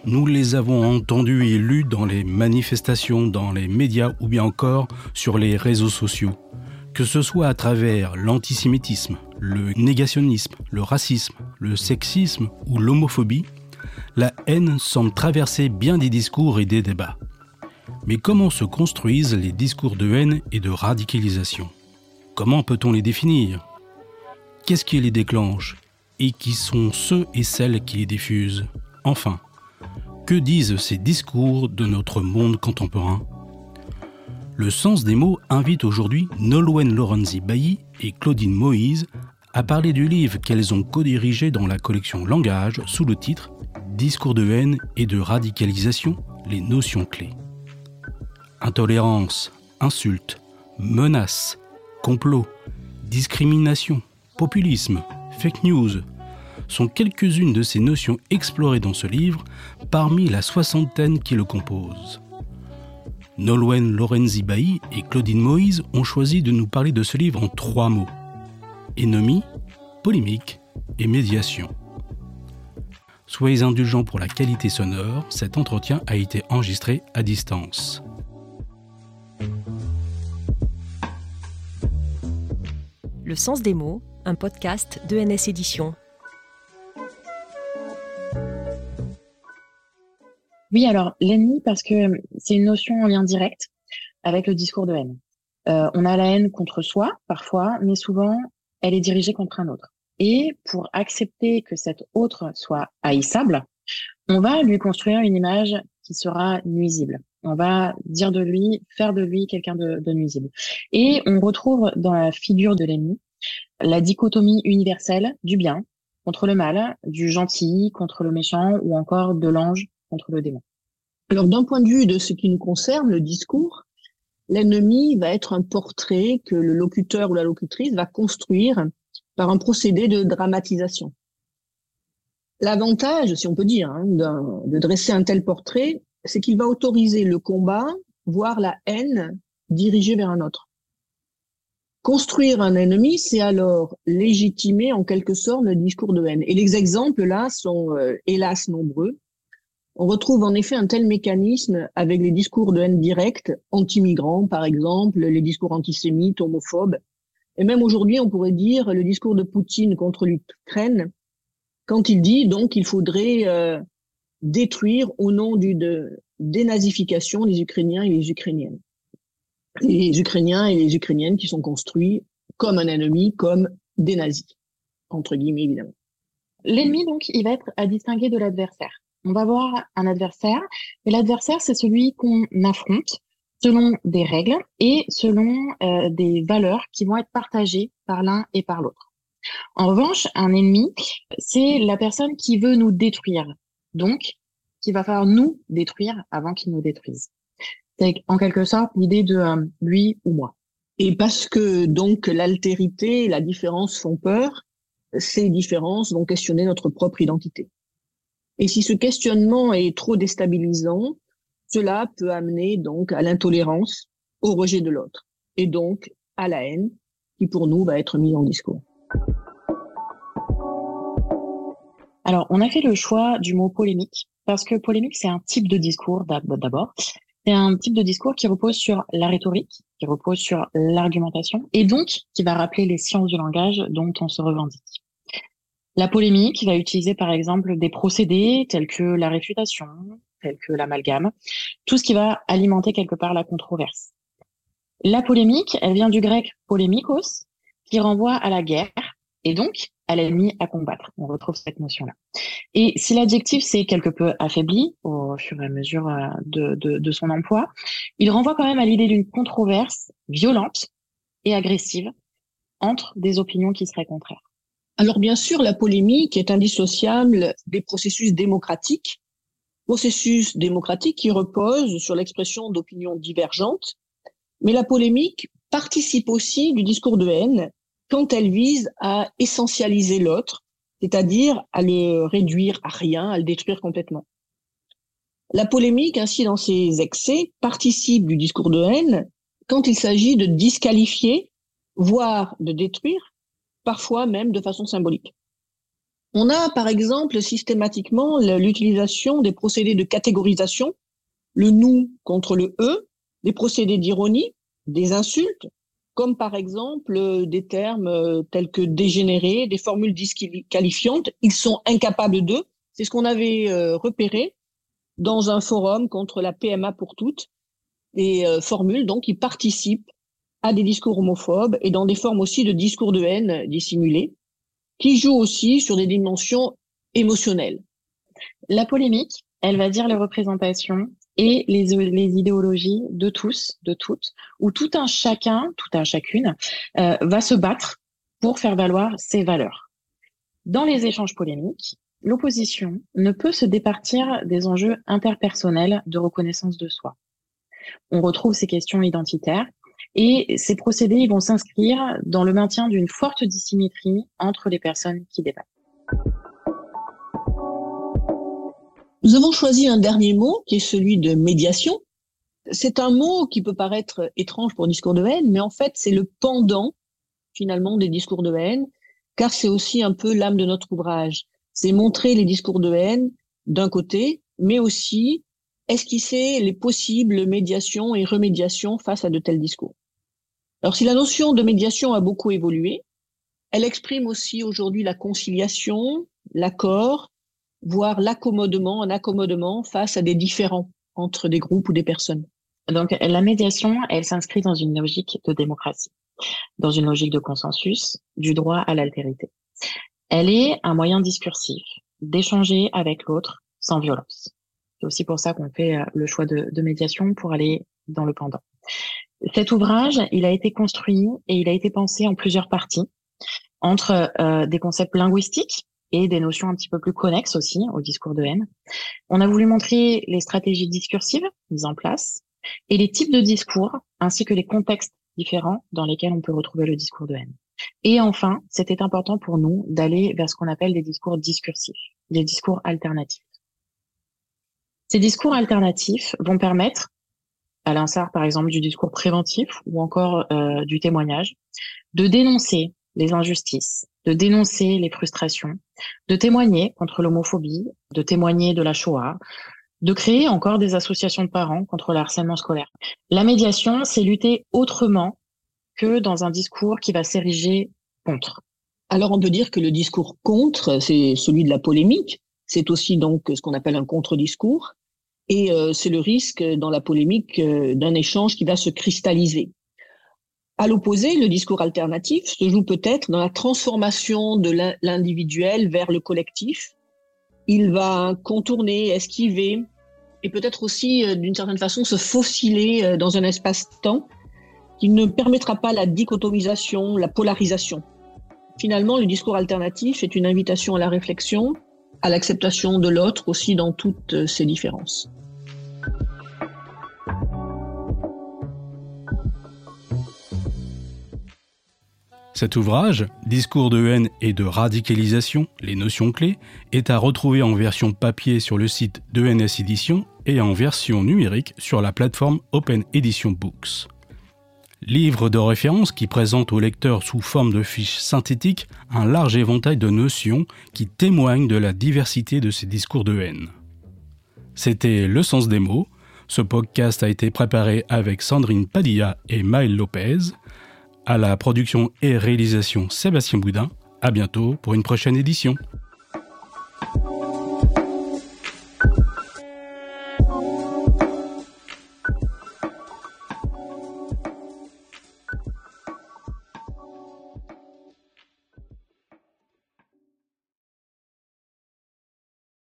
Nous les avons entendus et lus dans les manifestations, dans les médias ou bien encore sur les réseaux sociaux. Que ce soit à travers l'antisémitisme, le négationnisme, le racisme, le sexisme ou l'homophobie, la haine semble traverser bien des discours et des débats. Mais comment se construisent les discours de haine et de radicalisation ? Comment peut-on les définir ? Qu'est-ce qui les déclenche ? Et qui sont ceux et celles qui les diffusent ? Enfin, que disent ces discours de notre monde contemporain ? Le sens des mots invite aujourd'hui Nolwenn Lorenzi Bailly et Claudine Moïse à parler du livre qu'elles ont co-dirigé dans la collection Langage sous le titre « Discours de haine et de radicalisation, les notions clés ». Intolérance, insulte, menace, complot, discrimination, populisme, fake news sont quelques-unes de ces notions explorées dans ce livre parmi la soixantaine qui le composent. Nolwenn Lorenzi Bailly et Claudine Moïse ont choisi de nous parler de ce livre en 3 mots. Ennemi, polémique et médiation. Soyez indulgents pour la qualité sonore, cet entretien a été enregistré à distance. Le sens des mots, un podcast d'ENS Éditions. Oui, alors l'ennemi, parce que c'est une notion en lien direct avec le discours de haine. On a la haine contre soi, parfois, mais souvent, elle est dirigée contre un autre. Et pour accepter que cet autre soit haïssable, on va lui construire une image qui sera nuisible. On va dire de lui, faire de lui quelqu'un de nuisible. Et on retrouve dans la figure de l'ennemi la dichotomie universelle du bien contre le mal, du gentil contre le méchant ou encore de l'ange contre le démon. Alors, d'un point de vue de ce qui nous concerne, le discours, l'ennemi va être un portrait que le locuteur ou la locutrice va construire par un procédé de dramatisation. L'avantage, si on peut dire, de dresser un tel portrait, c'est qu'il va autoriser le combat, voire la haine, dirigée vers un autre. Construire un ennemi, c'est alors légitimer en quelque sorte le discours de haine. Et les exemples là sont hélas nombreux. On retrouve en effet un tel mécanisme avec les discours de haine directe, anti-migrants par exemple, les discours antisémites, homophobes. Et même aujourd'hui, on pourrait dire le discours de Poutine contre l'Ukraine, quand il dit donc qu'il faudrait détruire au nom de dénazification les Ukrainiens et les Ukrainiennes. Les Ukrainiens et les Ukrainiennes qui sont construits comme un ennemi, comme des nazis, entre guillemets évidemment. L'ennemi, donc, il va être à distinguer de l'adversaire. On va voir un adversaire, et l'adversaire, c'est celui qu'on affronte selon des règles et selon des valeurs qui vont être partagées par l'un et par l'autre. En revanche, un ennemi, c'est la personne qui veut nous détruire, donc qu'il va falloir nous détruire avant qu'il nous détruise. C'est en quelque sorte l'idée de lui ou moi. Et parce que donc l'altérité et la différence font peur, ces différences vont questionner notre propre identité. Et si ce questionnement est trop déstabilisant, cela peut amener donc à l'intolérance, au rejet de l'autre, et donc à la haine, qui pour nous va être mise en discours. Alors, on a fait le choix du mot polémique, parce que polémique, c'est un type de discours d'abord. C'est un type de discours qui repose sur la rhétorique, qui repose sur l'argumentation, et donc qui va rappeler les sciences du langage dont on se revendique. La polémique va utiliser par exemple des procédés tels que la réfutation, tels que l'amalgame, tout ce qui va alimenter quelque part la controverse. La polémique, elle vient du grec polémikos, qui renvoie à la guerre et donc à l'ennemi à combattre. On retrouve cette notion-là. Et si l'adjectif s'est quelque peu affaibli au fur et à mesure de son emploi, il renvoie quand même à l'idée d'une controverse violente et agressive entre des opinions qui seraient contraires. Alors bien sûr, la polémique est indissociable des processus démocratiques qui reposent sur l'expression d'opinions divergentes, mais la polémique participe aussi du discours de haine quand elle vise à essentialiser l'autre, c'est-à-dire à le réduire à rien, à le détruire complètement. La polémique, ainsi dans ses excès, participe du discours de haine quand il s'agit de disqualifier, voire de détruire, parfois même de façon symbolique. On a par exemple systématiquement l'utilisation des procédés de catégorisation, le nous contre le eux, des procédés d'ironie, des insultes, comme par exemple des termes tels que dégénéré, des formules disqualifiantes. Ils sont incapables d'eux. C'est ce qu'on avait repéré dans un forum contre la PMA pour toutes. Des formules donc qui participent à des discours homophobes et dans des formes aussi de discours de haine dissimulés, qui jouent aussi sur des dimensions émotionnelles. La polémique, elle va dire les représentations et les idéologies de tous, de toutes, où tout un chacune va se battre pour faire valoir ses valeurs. Dans les échanges polémiques, l'opposition ne peut se départir des enjeux interpersonnels de reconnaissance de soi. On retrouve ces questions identitaires et ces procédés ils vont s'inscrire dans le maintien d'une forte dissymétrie entre les personnes qui débattent. Nous avons choisi un dernier mot qui est celui de médiation. C'est un mot qui peut paraître étrange pour un discours de haine, mais en fait c'est le pendant finalement des discours de haine, car c'est aussi un peu l'âme de notre ouvrage. C'est montrer les discours de haine d'un côté, mais aussi esquisser les possibles médiations et remédiations face à de tels discours. Alors si la notion de médiation a beaucoup évolué, elle exprime aussi aujourd'hui la conciliation, l'accord, voire l'accommodement, un accommodement face à des différends entre des groupes ou des personnes. Donc la médiation, elle s'inscrit dans une logique de démocratie, dans une logique de consensus, du droit à l'altérité. Elle est un moyen discursif d'échanger avec l'autre sans violence. C'est aussi pour ça qu'on fait le choix de médiation pour aller dans le pendant. Cet ouvrage, il a été construit et il a été pensé en plusieurs parties, entre des concepts linguistiques et des notions un petit peu plus connexes aussi au discours de haine. On a voulu montrer les stratégies discursives mises en place et les types de discours, ainsi que les contextes différents dans lesquels on peut retrouver le discours de haine. Et enfin, c'était important pour nous d'aller vers ce qu'on appelle des discours discursifs, des discours alternatifs. Ces discours alternatifs vont permettre, à l'instar par exemple du discours préventif ou encore du témoignage, de dénoncer les injustices, de dénoncer les frustrations, de témoigner contre l'homophobie, de témoigner de la Shoah, de créer encore des associations de parents contre le harcèlement scolaire. La médiation, c'est lutter autrement que dans un discours qui va s'ériger contre. Alors on peut dire que le discours contre, c'est celui de la polémique, c'est aussi donc ce qu'on appelle un contre-discours, et c'est le risque dans la polémique d'un échange qui va se cristalliser. À l'opposé, le discours alternatif se joue peut-être dans la transformation de l'individuel vers le collectif. Il va contourner, esquiver, et peut-être aussi d'une certaine façon se faufiler dans un espace-temps qui ne permettra pas la dichotomisation, la polarisation. Finalement, le discours alternatif est une invitation à la réflexion, à l'acceptation de l'autre aussi dans toutes ses différences. Cet ouvrage, Discours de haine et de radicalisation, les notions clés, est à retrouver en version papier sur le site d'ENS Éditions et en version numérique sur la plateforme Open Edition Books. Livre de référence qui présente au lecteur sous forme de fiches synthétiques un large éventail de notions qui témoignent de la diversité de ces discours de haine. C'était Le Sens des mots. Ce podcast a été préparé avec Sandrine Padilla et Maëlle Lopez. À la production et réalisation Sébastien Boudin. À bientôt pour une prochaine édition.